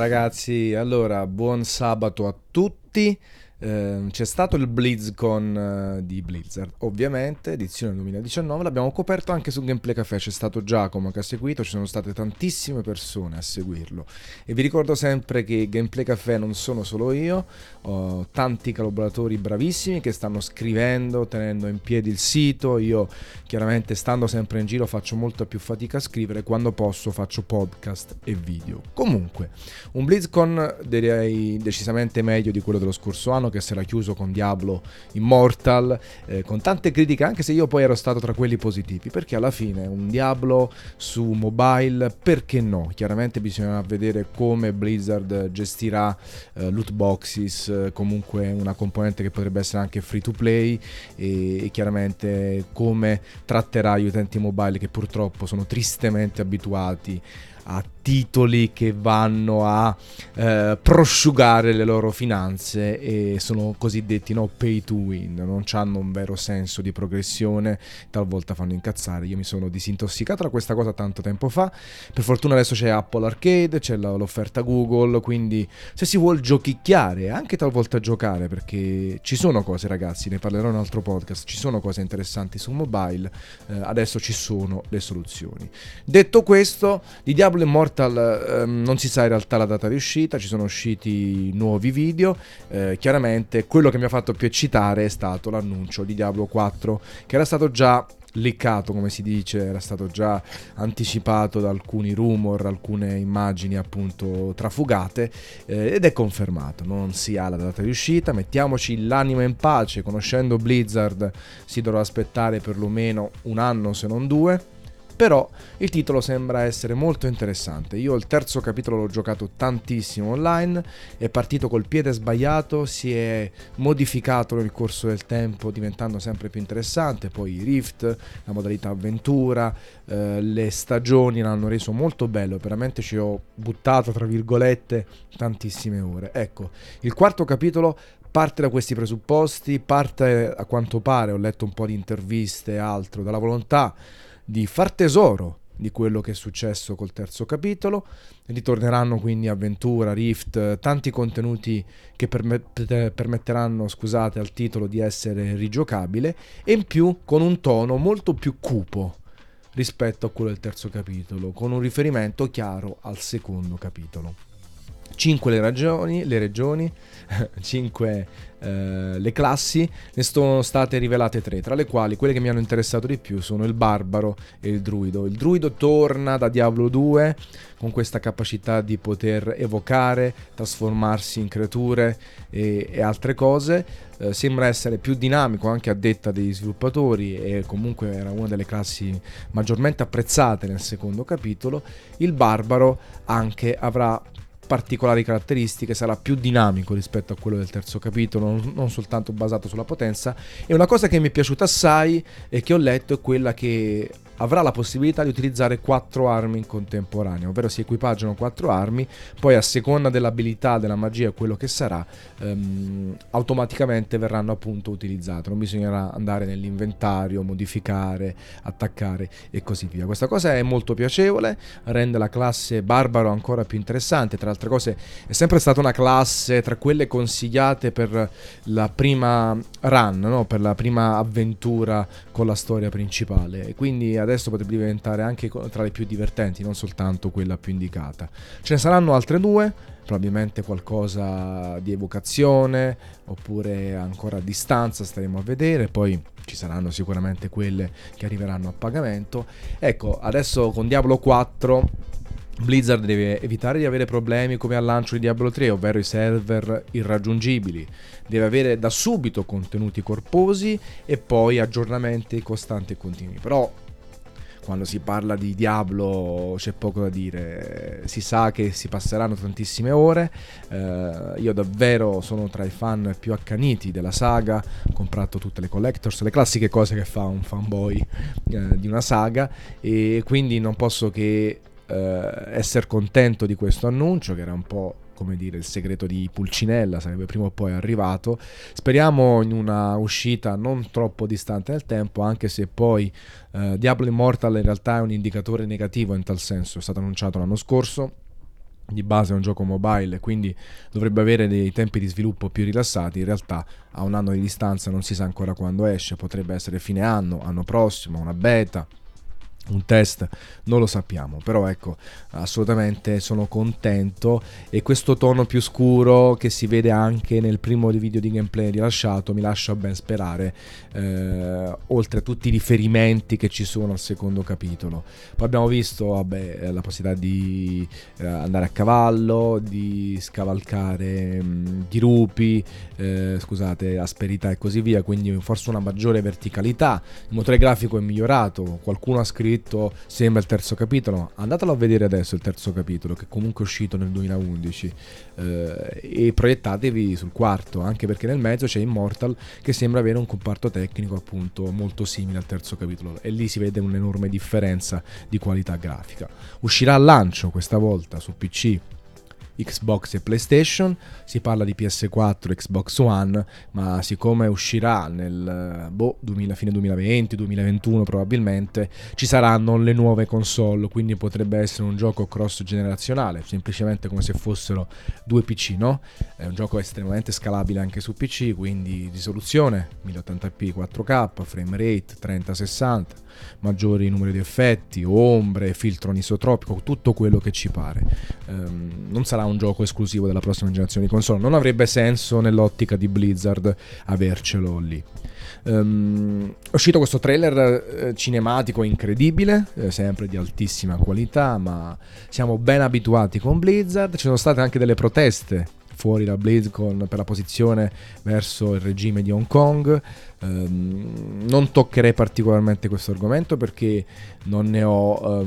ragazzi, allora buon sabato a tutti. C'è stato il BlizzCon di Blizzard, ovviamente, edizione 2019, l'abbiamo coperto anche su Gameplay Café, c'è stato Giacomo che ha seguito, ci sono state tantissime persone a seguirlo e vi ricordo sempre che Gameplay Café non sono solo io, ho tanti collaboratori bravissimi che stanno scrivendo, tenendo in piedi il sito. Io chiaramente, stando sempre in giro, faccio molta più fatica a scrivere, quando posso faccio podcast e video. Comunque, un BlizzCon direi decisamente meglio di quello dello scorso anno, che si era chiuso con Diablo Immortal, con tante critiche, anche se io poi ero stato tra quelli positivi, perché alla fine un Diablo su mobile, perché no? Chiaramente bisogna vedere come Blizzard gestirà loot boxes, comunque una componente che potrebbe essere anche free to play, e chiaramente come tratterà gli utenti mobile che purtroppo sono tristemente abituati a titoli che vanno a prosciugare le loro finanze e sono cosiddetti pay to win, non hanno un vero senso di progressione, talvolta fanno incazzare. Io mi sono disintossicato da questa cosa tanto tempo fa, per fortuna adesso c'è Apple Arcade, c'è l'offerta Google, quindi se si vuol giochicchiare, anche talvolta giocare, perché ci sono cose, ragazzi, ne parlerò in un altro podcast, ci sono cose interessanti su mobile, adesso ci sono le soluzioni. Detto questo, di Diablo Immortal non si sa in realtà la data di uscita, ci sono usciti nuovi video, chiaramente quello che mi ha fatto più eccitare è stato l'annuncio di Diablo 4, che era stato già leccato, come si dice, era stato già anticipato da alcuni rumor, alcune immagini appunto trafugate, ed è confermato. Non si ha la data di uscita, mettiamoci l'anima in pace, conoscendo Blizzard si dovrà aspettare perlomeno un anno se non due. Però il titolo sembra essere molto interessante. Io il terzo capitolo l'ho giocato tantissimo online, è partito col piede sbagliato, si è modificato nel corso del tempo diventando sempre più interessante, poi i Rift, la modalità avventura, le stagioni l'hanno reso molto bello, veramente ci ho buttato tra virgolette tantissime ore. Ecco, il quarto capitolo parte da questi presupposti, parte, a quanto pare, ho letto un po' di interviste e altro, dalla volontà di far tesoro di quello che è successo col terzo capitolo. Ritorneranno quindi avventura, Rift, tanti contenuti che permetteranno, scusate, al titolo di essere rigiocabile, e in più con un tono molto più cupo rispetto a quello del terzo capitolo, con un riferimento chiaro al secondo capitolo. 5 le regioni, 5 le classi, ne sono state rivelate 3, tra le quali quelle che mi hanno interessato di più sono il barbaro e il druido. Il druido torna da Diablo 2 con questa capacità di poter evocare, trasformarsi in creature e altre cose. Sembra essere più dinamico anche a detta degli sviluppatori, e comunque era una delle classi maggiormente apprezzate nel secondo capitolo. Il barbaro anche avrà particolari caratteristiche, sarà più dinamico rispetto a quello del terzo capitolo, non soltanto basato sulla potenza. E una cosa che mi è piaciuta assai e che ho letto è quella che avrà la possibilità di utilizzare 4 armi in contemporanea, ovvero si equipaggiano 4 armi, poi a seconda dell'abilità, della magia e quello che sarà, automaticamente verranno appunto utilizzate, non bisognerà andare nell'inventario, modificare, attaccare e così via. Questa cosa è molto piacevole, rende la classe barbaro ancora più interessante. Tra altre cose è sempre stata una classe tra quelle consigliate per la prima run, no? Per la prima avventura con la storia principale, e quindi adesso potrebbe diventare anche tra le più divertenti, non soltanto quella più indicata. Ce ne saranno altre 2, probabilmente qualcosa di evocazione oppure ancora a distanza, staremo a vedere. Poi ci saranno sicuramente quelle che arriveranno a pagamento. Ecco, adesso con Diablo 4 Blizzard deve evitare di avere problemi come al lancio di Diablo 3, ovvero i server irraggiungibili. Deve avere da subito contenuti corposi e poi aggiornamenti costanti e continui. Però quando si parla di Diablo c'è poco da dire, si sa che si passeranno tantissime ore. Io davvero sono tra i fan più accaniti della saga, ho comprato tutte le collectors, le classiche cose che fa un fanboy di una saga, e quindi non posso che essere contento di questo annuncio, che era un po', come dire, il segreto di Pulcinella, sarebbe prima o poi arrivato. Speriamo in una uscita non troppo distante nel tempo, anche se poi Diablo Immortal in realtà è un indicatore negativo in tal senso, è stato annunciato l'anno scorso, di base è un gioco mobile, quindi dovrebbe avere dei tempi di sviluppo più rilassati. In realtà a un anno di distanza non si sa ancora quando esce, potrebbe essere fine anno, anno prossimo, una beta, un test, non lo sappiamo. Però ecco, assolutamente sono contento, e questo tono più scuro che si vede anche nel primo video di gameplay rilasciato mi lascia ben sperare, oltre a tutti i riferimenti che ci sono al secondo capitolo. Poi abbiamo visto, vabbè, la possibilità di andare a cavallo, di scavalcare dirupi, scusate, asperità e così via, quindi forse una maggiore verticalità. Il motore grafico è migliorato, qualcuno ha scritto sembra il terzo capitolo, andatelo a vedere adesso il terzo capitolo, che comunque è uscito nel 2011, e proiettatevi sul quarto, anche perché nel mezzo c'è Immortal che sembra avere un comparto tecnico appunto molto simile al terzo capitolo, e lì si vede un'enorme differenza di qualità grafica. Uscirà al lancio questa volta su PC, Xbox e PlayStation, si parla di PS4 e Xbox One, ma siccome uscirà nel fine 2020, 2021 probabilmente, ci saranno le nuove console, quindi potrebbe essere un gioco cross generazionale, semplicemente come se fossero due PC, no? È un gioco estremamente scalabile anche su PC, quindi risoluzione 1080p 4K, frame rate 3060, maggiori numeri di effetti, ombre, filtro anisotropico, tutto quello che ci pare. Non sarà un gioco esclusivo della prossima generazione di console, non avrebbe senso nell'ottica di Blizzard avercelo lì. È uscito questo trailer cinematico incredibile, sempre di altissima qualità, ma siamo ben abituati con Blizzard. Ci sono state anche delle proteste fuori da BlizzCon per la posizione verso il regime di Hong Kong. Non toccherei particolarmente questo argomento perché non ne ho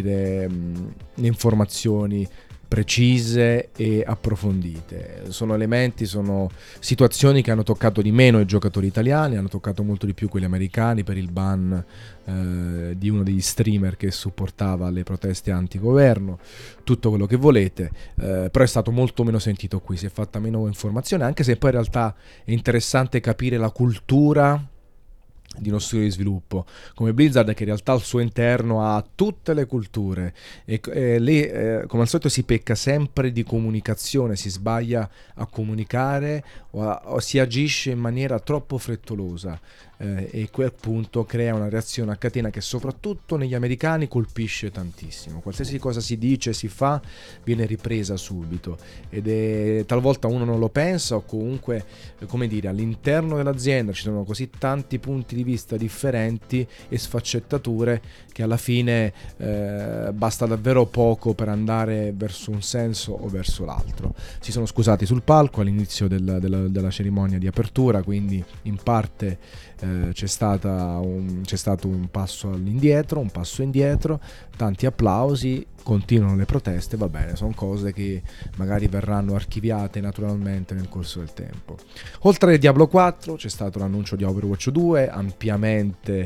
le informazioni precise e approfondite. Sono elementi, sono situazioni che hanno toccato di meno i giocatori italiani, hanno toccato molto di più quelli americani per il ban di uno degli streamer che supportava le proteste antigoverno, tutto quello che volete, però è stato molto meno sentito qui, si è fatta meno informazione, anche se poi in realtà è interessante capire la cultura di uno studio di sviluppo come Blizzard, che in realtà al suo interno ha tutte le culture, e lì come al solito si pecca sempre di comunicazione, si sbaglia a comunicare o si agisce in maniera troppo frettolosa, e qui appunto crea una reazione a catena che soprattutto negli americani colpisce tantissimo. Qualsiasi cosa si dice, si fa, viene ripresa subito, ed è talvolta uno non lo pensa, o comunque all'interno dell'azienda ci sono così tanti punti di vista differenti e sfaccettature che alla fine basta davvero poco per andare verso un senso o verso l'altro. Si sono scusati sul palco all'inizio della cerimonia di apertura, quindi in parte c'è stato un passo indietro, tanti applausi, continuano le proteste, va bene, sono cose che magari verranno archiviate naturalmente nel corso del tempo. Oltre a Diablo 4 c'è stato l'annuncio di Overwatch 2, ampiamente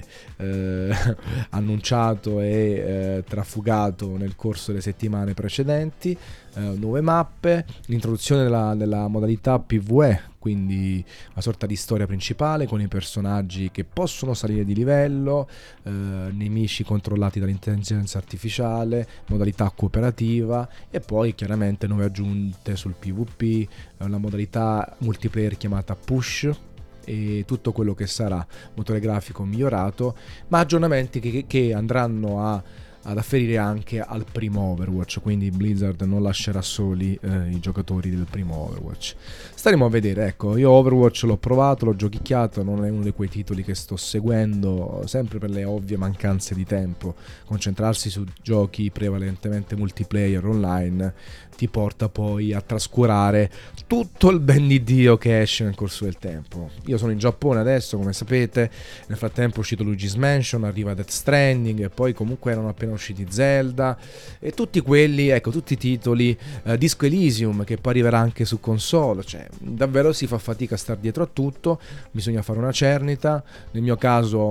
annunciato e trafugato nel corso delle settimane precedenti. Nuove mappe, l'introduzione della modalità PvE, quindi una sorta di storia principale con i personaggi che possono salire di livello, nemici controllati dall'intelligenza artificiale, modalità cooperativa, e poi chiaramente nuove aggiunte sul PvP, una modalità multiplayer chiamata Push, e tutto quello che sarà motore grafico migliorato, ma aggiornamenti che andranno ad afferire anche al primo Overwatch, quindi Blizzard non lascerà soli i giocatori del primo Overwatch. Staremo a vedere, ecco, io Overwatch l'ho provato, l'ho giochicchiato, non è uno di quei titoli che sto seguendo, sempre per le ovvie mancanze di tempo. Concentrarsi su giochi prevalentemente multiplayer online ti porta poi a trascurare tutto il ben di Dio che esce nel corso del tempo. Io sono in Giappone adesso, come sapete, nel frattempo è uscito Luigi's Mansion, arriva Death Stranding, e poi comunque erano appena usciti Zelda e tutti quelli, ecco, tutti i titoli, Disco Elysium che poi arriverà anche su console, cioè davvero si fa fatica a star dietro a tutto, bisogna fare una cernita. Nel mio caso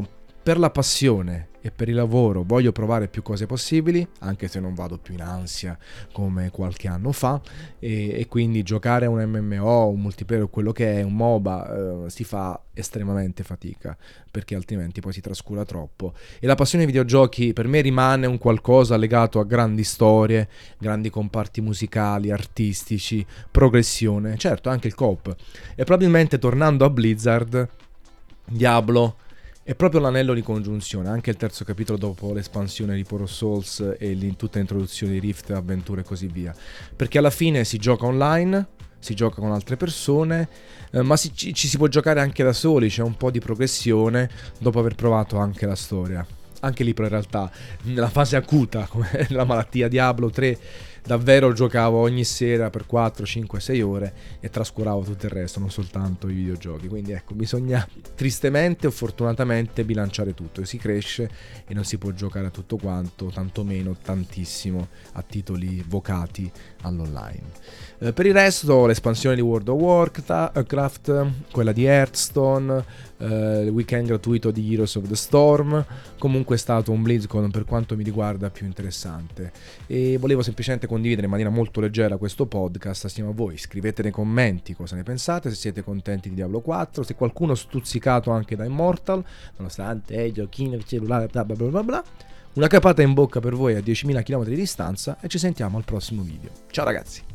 per la passione e per il lavoro voglio provare più cose possibili, anche se non vado più in ansia come qualche anno fa, e quindi giocare a un MMO, un multiplayer o quello che è, un MOBA, si fa estremamente fatica, perché altrimenti poi si trascura troppo. E la passione ai videogiochi per me rimane un qualcosa legato a grandi storie, grandi comparti musicali, artistici, progressione, certo anche il co-op. E probabilmente tornando a Blizzard, Diablo è proprio l'anello di congiunzione, anche il terzo capitolo dopo l'espansione di Poro Souls e tutta l'introduzione di Rift, avventure e così via. Perché alla fine si gioca online, si gioca con altre persone, ma ci si può giocare anche da soli, c'è un po' di progressione dopo aver provato anche la storia. Anche lì però in realtà, nella fase acuta, come la malattia Diablo 3, davvero giocavo ogni sera per 4, 5, 6 ore e trascuravo tutto il resto, non soltanto i videogiochi. Quindi ecco, bisogna tristemente o fortunatamente bilanciare tutto. Si cresce e non si può giocare a tutto quanto, tantomeno tantissimo a titoli vocati all'online. Per il resto, l'espansione di World of Warcraft, quella di Hearthstone, il weekend gratuito di Heroes of the Storm, comunque è stato un BlizzCon per quanto mi riguarda più interessante. E volevo semplicemente condividere in maniera molto leggera questo podcast assieme a voi. Scrivete nei commenti cosa ne pensate, se siete contenti di Diablo 4, se qualcuno stuzzicato anche da Immortal, nonostante giochino cellulare bla bla bla bla bla. Una capata in bocca per voi a 10.000 km di distanza e ci sentiamo al prossimo video. Ciao ragazzi!